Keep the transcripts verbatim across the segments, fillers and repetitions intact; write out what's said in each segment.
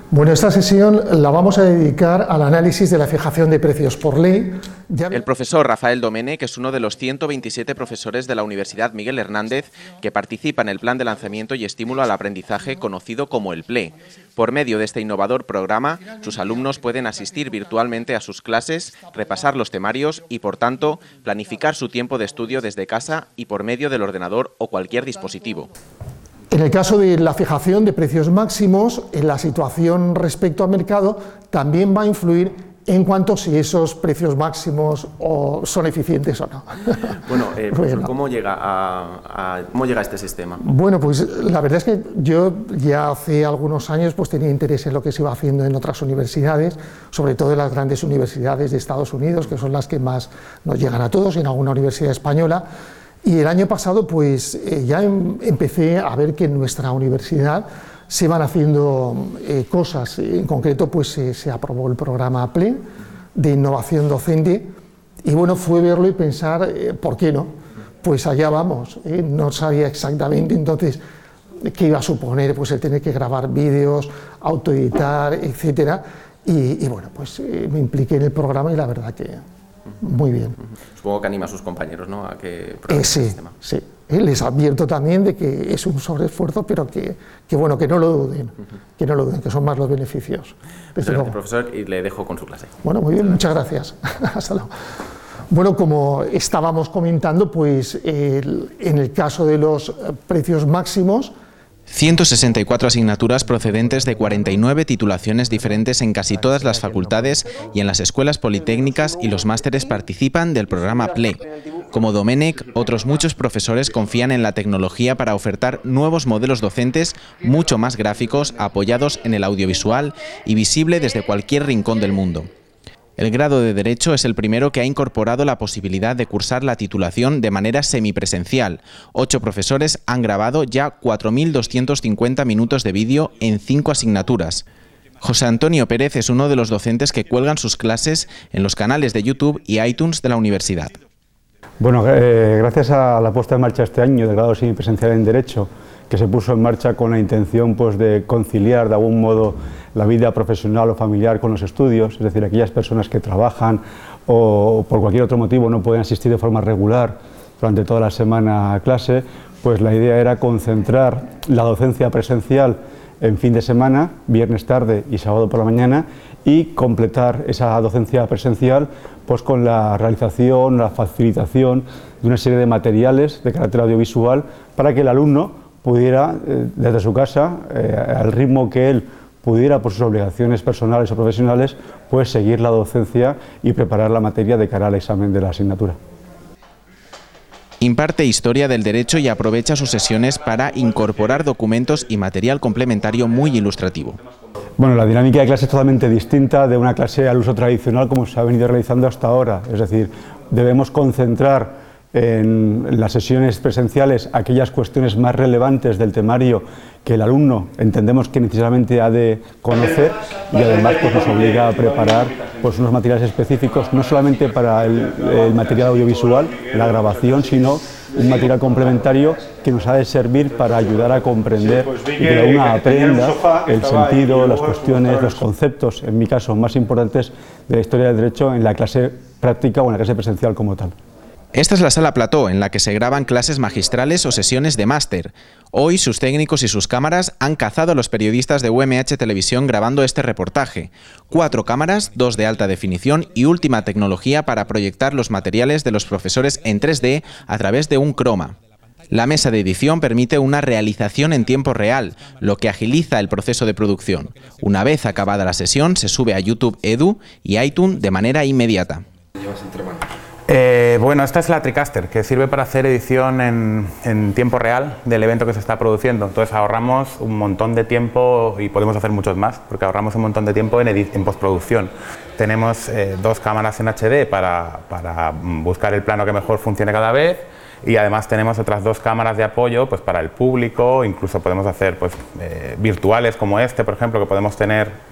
Bueno, esta sesión la vamos a dedicar al análisis de la fijación de precios por ley. Ya... El profesor Rafael Domènech es uno de los ciento veintisiete profesores de la Universidad Miguel Hernández que participa en el Plan de Lanzamiento y Estímulo al Aprendizaje conocido como el P L E. Por medio de este innovador programa, sus alumnos pueden asistir virtualmente a sus clases, repasar los temarios y, por tanto, planificar su tiempo de estudio desde casa y por medio del ordenador o cualquier dispositivo. En el caso de la fijación de precios máximos, en la situación respecto al mercado también va a influir en cuanto a si esos precios máximos o son eficientes o no. Bueno, eh, bueno. ¿Cómo llega a, a, ¿cómo llega a este sistema? Bueno, pues la verdad es que yo ya hace algunos años pues tenía interés en lo que se iba haciendo en otras universidades, sobre todo en las grandes universidades de Estados Unidos, que son las que más nos llegan a todos, y en alguna universidad española. Y el año pasado pues eh, ya em, empecé a ver que en nuestra universidad se van haciendo eh, cosas. En concreto pues eh, se aprobó el programa P L E de innovación docente y bueno, fue verlo y pensar eh, ¿por qué no? Pues allá vamos, eh, no sabía exactamente entonces qué iba a suponer pues el tener que grabar vídeos, autoeditar, etcétera, y, y bueno, pues eh, me impliqué en el programa y la verdad que muy bien. Supongo que anima a sus compañeros, ¿no?, a que prueben eh, sí, el sistema. Sí, eh, les advierto también de que es un sobreesfuerzo, pero que, que bueno, que no lo duden, uh-huh. que no lo duden, que son más los beneficios. Desde luego. Profesor, y le dejo con su clase. Bueno, muy bien, muchas gracias. Hasta luego. Bueno, como estábamos comentando, pues el, en el caso de los precios máximos, ciento sesenta y cuatro asignaturas procedentes de cuarenta y nueve titulaciones diferentes en casi todas las facultades y en las escuelas politécnicas y los másteres participan del programa P L E. Como Domènech, otros muchos profesores confían en la tecnología para ofertar nuevos modelos docentes mucho más gráficos, apoyados en el audiovisual y visible desde cualquier rincón del mundo. El grado de Derecho es el primero que ha incorporado la posibilidad de cursar la titulación de manera semipresencial. Ocho profesores han grabado ya cuatro mil doscientos cincuenta minutos de vídeo en cinco asignaturas. José Antonio Pérez es uno de los docentes que cuelgan sus clases en los canales de YouTube y iTunes de la universidad. Bueno, eh, gracias a la puesta en marcha este año del grado semipresencial en Derecho, que se puso en marcha con la intención pues, de conciliar de algún modo la vida profesional o familiar con los estudios, es decir, aquellas personas que trabajan o por cualquier otro motivo no pueden asistir de forma regular durante toda la semana a clase, pues la idea era concentrar la docencia presencial en fin de semana, viernes tarde y sábado por la mañana, y completar esa docencia presencial pues, con la realización, la facilitación de una serie de materiales de carácter audiovisual para que el alumno pudiera, eh, desde su casa, eh, al ritmo que él pudiera por sus obligaciones personales o profesionales, pues seguir la docencia y preparar la materia de cara al examen de la asignatura. Imparte Historia del Derecho y aprovecha sus sesiones para incorporar documentos y material complementario muy ilustrativo. Bueno, la dinámica de clase es totalmente distinta de una clase al uso tradicional como se ha venido realizando hasta ahora, es decir, debemos concentrar en las sesiones presenciales aquellas cuestiones más relevantes del temario que el alumno entendemos que necesariamente ha de conocer, y además pues, nos obliga a preparar pues, unos materiales específicos no solamente para el, el material audiovisual, la grabación, sino un material complementario que nos ha de servir para ayudar a comprender y que el alumno aprenda el sentido, las cuestiones, los conceptos, en mi caso más importantes, de la historia del derecho en la clase práctica o en la clase presencial como tal. Esta es la sala plató, en la que se graban clases magistrales o sesiones de máster. Hoy sus técnicos y sus cámaras han cazado a los periodistas de U M H Televisión grabando este reportaje. Cuatro cámaras, dos de alta definición y última tecnología para proyectar los materiales de los profesores en tres D a través de un croma. La mesa de edición permite una realización en tiempo real, lo que agiliza el proceso de producción. Una vez acabada la sesión, se sube a YouTube Edu y iTunes de manera inmediata. Eh, bueno, esta es la TriCaster, que sirve para hacer edición en, en tiempo real del evento que se está produciendo. Entonces ahorramos un montón de tiempo y podemos hacer muchos más, porque ahorramos un montón de tiempo en, en postproducción. Tenemos eh, dos cámaras en H D para, para buscar el plano que mejor funcione cada vez, y además tenemos otras dos cámaras de apoyo pues, para el público. Incluso podemos hacer pues, eh, virtuales como este, por ejemplo, que podemos tener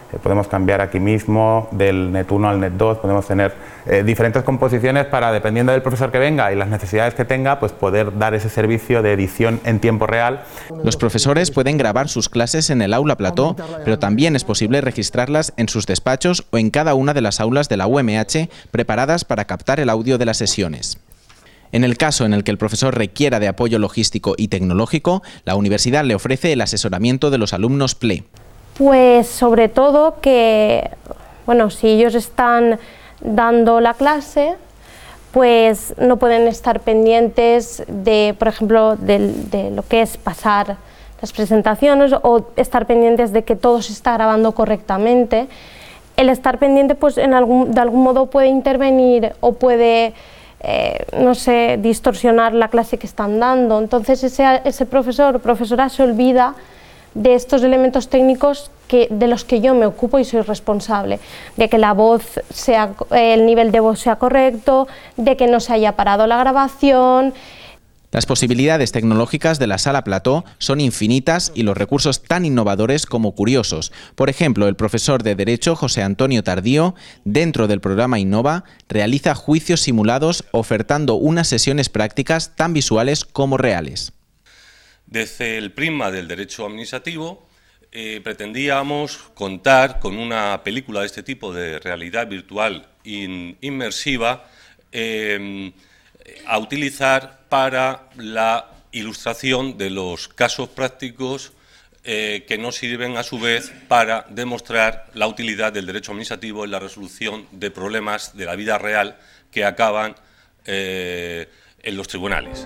Eh, podemos cambiar aquí mismo del net uno al net dos, podemos tener eh, diferentes composiciones para, dependiendo del profesor que venga y las necesidades que tenga, pues poder dar ese servicio de edición en tiempo real. Los profesores pueden grabar sus clases en el aula plató, pero también es posible registrarlas en sus despachos o en cada una de las aulas de la U M H preparadas para captar el audio de las sesiones. En el caso en el que el profesor requiera de apoyo logístico y tecnológico, la universidad le ofrece el asesoramiento de los alumnos P L E. Pues sobre todo que, bueno, si ellos están dando la clase, pues no pueden estar pendientes de, por ejemplo, de, de lo que es pasar las presentaciones o estar pendientes de que todo se está grabando correctamente. El estar pendiente, pues en algún, de algún modo puede intervenir o puede... Eh, no sé, distorsionar la clase que están dando. Entonces ese, ese profesor o profesora se olvida de estos elementos técnicos que, de los que yo me ocupo y soy responsable, de que la voz sea, el nivel de voz sea correcto, de que no se haya parado la grabación. Las posibilidades tecnológicas de la sala plató son infinitas y los recursos tan innovadores como curiosos. Por ejemplo, el profesor de Derecho José Antonio Tardío, dentro del programa Innova, realiza juicios simulados ofertando unas sesiones prácticas tan visuales como reales. Desde el prisma del derecho administrativo, eh, pretendíamos contar con una película de este tipo de realidad virtual in, inmersiva eh, a utilizar para la ilustración de los casos prácticos eh, que nos sirven a su vez para demostrar la utilidad del derecho administrativo en la resolución de problemas de la vida real que acaban eh, en los tribunales.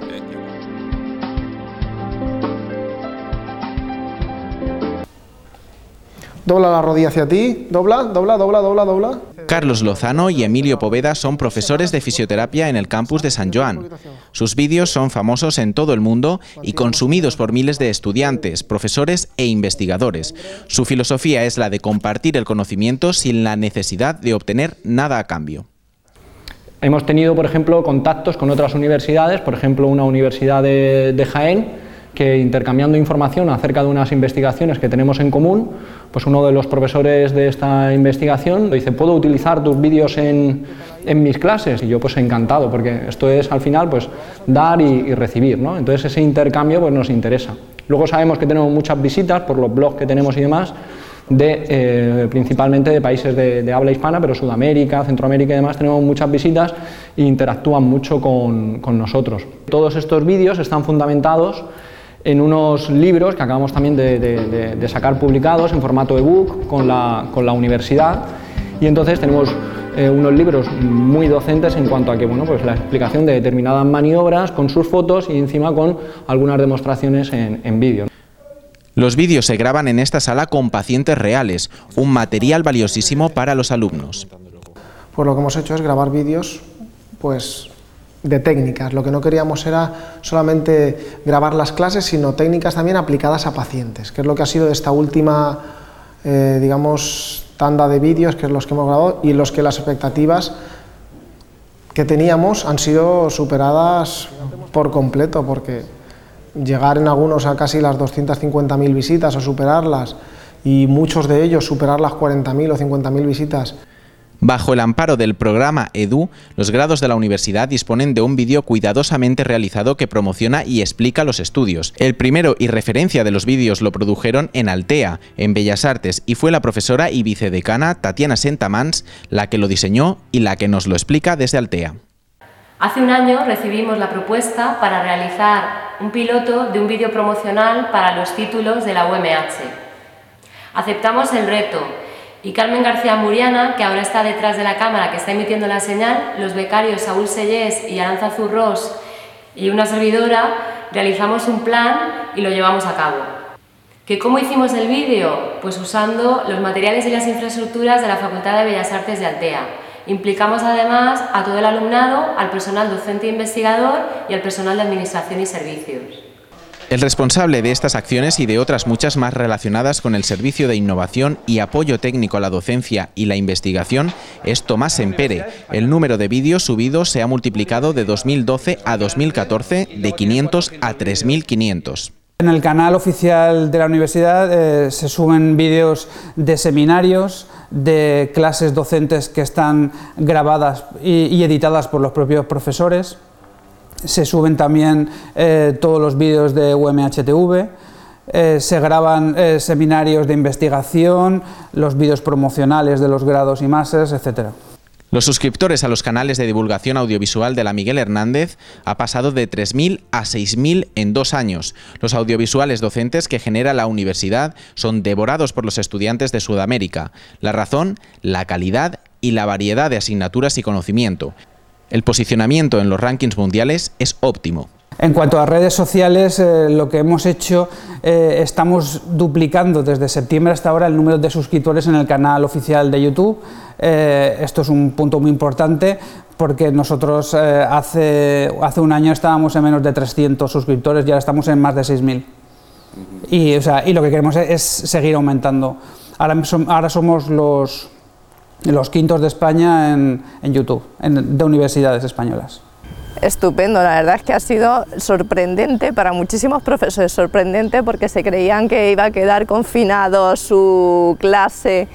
Dobla la rodilla hacia ti, dobla, dobla, dobla, dobla, dobla. Carlos Lozano y Emilio Poveda son profesores de fisioterapia en el campus de San Joan. Sus vídeos son famosos en todo el mundo y consumidos por miles de estudiantes, profesores e investigadores. Su filosofía es la de compartir el conocimiento sin la necesidad de obtener nada a cambio. Hemos tenido, por ejemplo, contactos con otras universidades, por ejemplo, una universidad de, de Jaén, que intercambiando información acerca de unas investigaciones que tenemos en común, pues uno de los profesores de esta investigación dice: ¿puedo utilizar tus vídeos en, en mis clases? Y yo pues encantado, porque esto es al final pues dar y, y recibir, ¿no? Entonces ese intercambio pues nos interesa. Luego sabemos que tenemos muchas visitas por los blogs que tenemos y demás, de, eh, principalmente de países de, de habla hispana, pero Sudamérica, Centroamérica y demás, tenemos muchas visitas e interactúan mucho con, con nosotros. Todos estos vídeos están fundamentados en unos libros que acabamos también de, de, de, de sacar publicados en formato ebook con la, con la universidad, y entonces tenemos eh, unos libros muy docentes en cuanto a que, bueno, pues la explicación de determinadas maniobras con sus fotos y encima con algunas demostraciones en, en vídeo. Los vídeos se graban en esta sala con pacientes reales, un material valiosísimo para los alumnos. Pues lo que hemos hecho es grabar vídeos, pues, de técnicas. Lo que no queríamos era solamente grabar las clases, sino técnicas también aplicadas a pacientes, que es lo que ha sido de esta última, eh, digamos, tanda de vídeos, que es los que hemos grabado, y en los que las expectativas que teníamos han sido superadas por completo, porque llegar en algunos a casi las doscientas cincuenta mil visitas o superarlas, y muchos de ellos superar las cuarenta mil o cincuenta mil visitas. Bajo el amparo del programa EDU, los grados de la universidad disponen de un vídeo cuidadosamente realizado que promociona y explica los estudios. El primero y referencia de los vídeos lo produjeron en Altea, en Bellas Artes, y fue la profesora y vicedecana Tatiana Sentamans la que lo diseñó y la que nos lo explica desde Altea. Hace un año recibimos la propuesta para realizar un piloto de un vídeo promocional para los títulos de la U M H. Aceptamos el reto. Y Carmen García Muriana, que ahora está detrás de la cámara, que está emitiendo la señal, los becarios Saúl Sellés y Aranza Zurros y una servidora, realizamos un plan y lo llevamos a cabo. ¿Que cómo hicimos el vídeo? Pues usando los materiales y las infraestructuras de la Facultad de Bellas Artes de Altea. Implicamos además a todo el alumnado, al personal docente e investigador y al personal de Administración y Servicios. El responsable de estas acciones y de otras muchas más relacionadas con el servicio de innovación y apoyo técnico a la docencia y la investigación es Tomás Sempere. El número de vídeos subidos se ha multiplicado de dos mil doce a dos mil catorce de quinientos a tres mil quinientos. En el canal oficial de la universidad eh, se suben vídeos de seminarios, de clases docentes que están grabadas y, y editadas por los propios profesores. Se suben también eh, todos los vídeos de U M H T V, eh, se graban eh, seminarios de investigación, los vídeos promocionales de los grados y másters, etcétera. Los suscriptores a los canales de divulgación audiovisual de la Miguel Hernández ha pasado de tres mil a seis mil en dos años. Los audiovisuales docentes que genera la universidad son devorados por los estudiantes de Sudamérica. La razón, la calidad y la variedad de asignaturas y conocimiento. El posicionamiento en los rankings mundiales es óptimo. En cuanto a redes sociales, eh, lo que hemos hecho, eh, estamos duplicando desde septiembre hasta ahora el número de suscriptores en el canal oficial de YouTube. Eh, esto es un punto muy importante porque nosotros eh, hace, hace un año estábamos en menos de trescientos suscriptores y ahora estamos en más de seis mil. Y, o sea, y lo que queremos es, es seguir aumentando. Ahora, ahora somos los, los quintos de España en, en YouTube, en, de universidades españolas. Estupendo, la verdad es que ha sido sorprendente para muchísimos profesores, sorprendente porque se creían que iba a quedar confinado su clase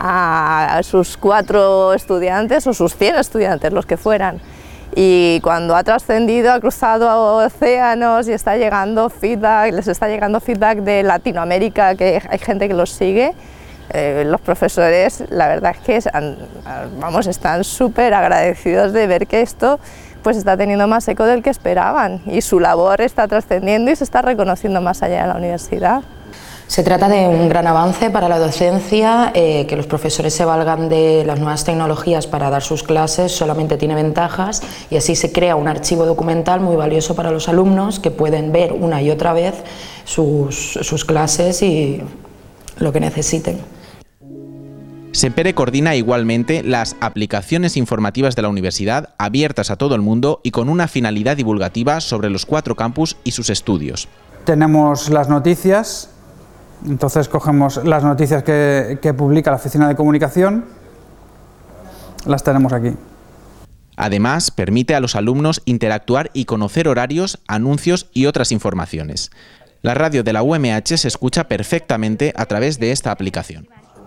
a sus cuatro estudiantes o sus cien estudiantes, los que fueran. Y cuando ha trascendido, ha cruzado océanos y está llegando feedback, les está llegando feedback de Latinoamérica, que hay gente que los sigue, eh, los profesores, la verdad es que están, vamos, están súper agradecidos de ver que esto pues está teniendo más eco del que esperaban y su labor está trascendiendo y se está reconociendo más allá de la universidad. Se trata de un gran avance para la docencia, eh, que los profesores se valgan de las nuevas tecnologías para dar sus clases, solamente tiene ventajas y así se crea un archivo documental muy valioso para los alumnos que pueden ver una y otra vez sus, sus clases y lo que necesiten. SEMPERE coordina igualmente las aplicaciones informativas de la universidad abiertas a todo el mundo y con una finalidad divulgativa sobre los cuatro campus y sus estudios. Tenemos las noticias, entonces cogemos las noticias que, que publica la Oficina de Comunicación, las tenemos aquí. Además, permite a los alumnos interactuar y conocer horarios, anuncios y otras informaciones. La radio de la U M H se escucha perfectamente a través de esta aplicación.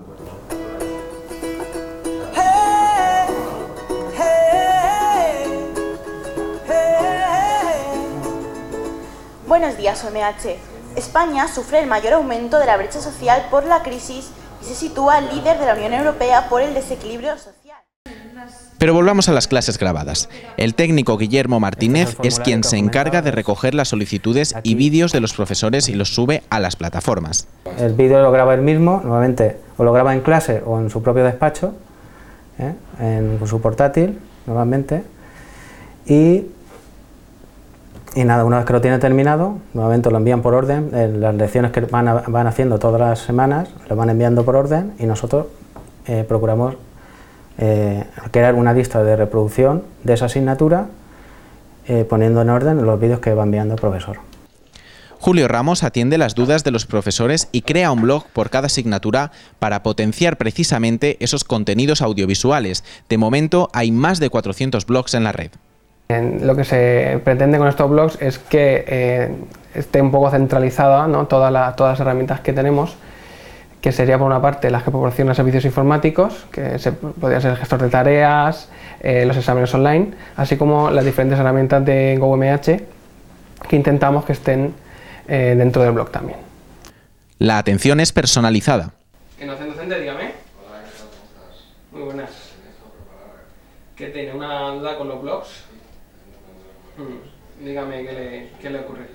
Buenos días, U M H. España sufre el mayor aumento de la brecha social por la crisis y se sitúa líder de la Unión Europea por el desequilibrio social. Pero volvamos a las clases grabadas. El técnico Guillermo Martínez es quien se encarga de recoger las solicitudes y vídeos de los profesores y los sube a las plataformas. El vídeo lo graba él mismo, normalmente o lo graba en clase o en su propio despacho, ¿eh? en su portátil, normalmente, y Y nada, una vez que lo tiene terminado, nuevamente lo envían por orden, eh, las lecciones que van, a, van haciendo todas las semanas, lo van enviando por orden y nosotros eh, procuramos eh, crear una lista de reproducción de esa asignatura, eh, poniendo en orden los vídeos que va enviando el profesor. Julio Ramos atiende las dudas de los profesores y crea un blog por cada asignatura para potenciar precisamente esos contenidos audiovisuales. De momento hay más de cuatrocientos blogs en la red. Lo que se pretende con estos blogs es que eh, esté un poco centralizada, ¿no? Toda la, todas las herramientas que tenemos, que sería por una parte las que proporcionan servicios informáticos, que se, podría ser el gestor de tareas, eh, los exámenes online, así como las diferentes herramientas de GoUMH que intentamos que estén eh, dentro del blog también. La atención es personalizada. ¿Qué no docente? Dígame. Muy buenas. ¿Qué tiene? ¿Una duda con los blogs? Hmm. Dígame qué le, qué le ocurre.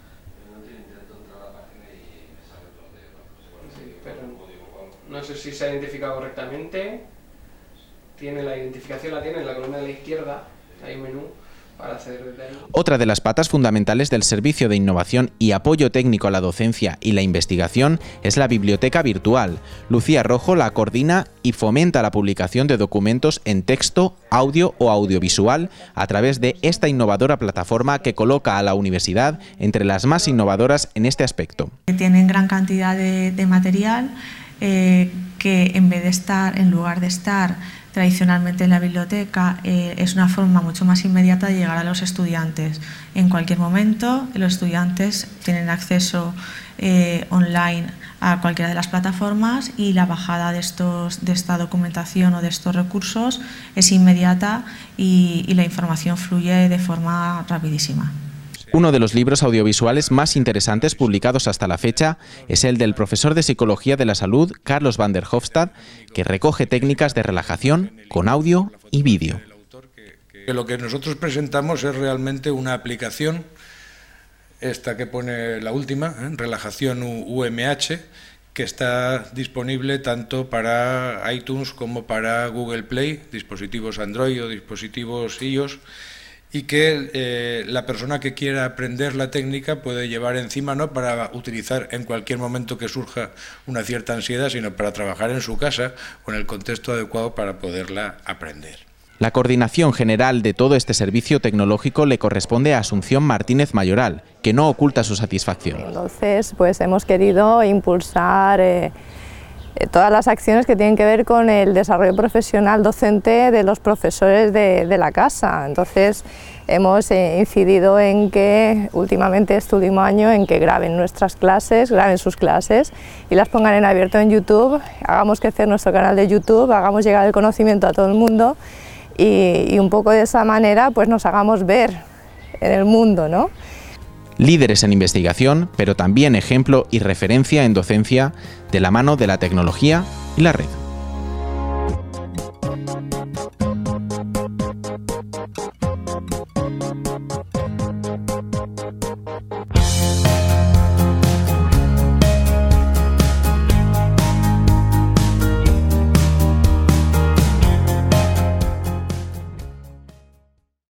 Sí, pero no sé si se ha identificado correctamente. Tiene la identificación, la tiene en la columna de la izquierda, hay un menú para acceder desde ahí. Otra de las patas fundamentales del Servicio de Innovación y Apoyo Técnico a la Docencia y la Investigación es la biblioteca virtual. Lucía Rojo la coordina y fomenta la publicación de documentos en texto, audio o audiovisual a través de esta innovadora plataforma que coloca a la universidad entre las más innovadoras en este aspecto. Tienen gran cantidad de, de material eh, que en vez de estar, en lugar de estar tradicionalmente en la biblioteca, eh, es una forma mucho más inmediata de llegar a los estudiantes. En cualquier momento los estudiantes tienen acceso eh, online a cualquiera de las plataformas y la bajada de, estos, de esta documentación o de estos recursos es inmediata y, y la información fluye de forma rapidísima. Uno de los libros audiovisuales más interesantes publicados hasta la fecha es el del profesor de Psicología de la Salud, Carlos van der Hofstad, que recoge técnicas de relajación con audio y vídeo. Lo que nosotros presentamos es realmente una aplicación, esta que pone la última, ¿eh? Relajación U M H, que está disponible tanto para iTunes como para Google Play, dispositivos Android o dispositivos iOS, y que eh, la persona que quiera aprender la técnica puede llevar encima, no para utilizar en cualquier momento que surja una cierta ansiedad, sino para trabajar en su casa o en el contexto adecuado para poderla aprender. La coordinación general de todo este servicio tecnológico le corresponde a Asunción Martínez Mayoral, que no oculta su satisfacción. Entonces, pues hemos querido impulsar eh, todas las acciones que tienen que ver con el desarrollo profesional docente de los profesores de, de la casa. Entonces, hemos eh, incidido en que, últimamente este último año, en que graben nuestras clases, graben sus clases y las pongan en abierto en YouTube, hagamos crecer nuestro canal de YouTube, hagamos llegar el conocimiento a todo el mundo y, y un poco de esa manera pues nos hagamos ver en el mundo, ¿no? Líderes en investigación, pero también ejemplo y referencia en docencia de la mano de la tecnología y la red.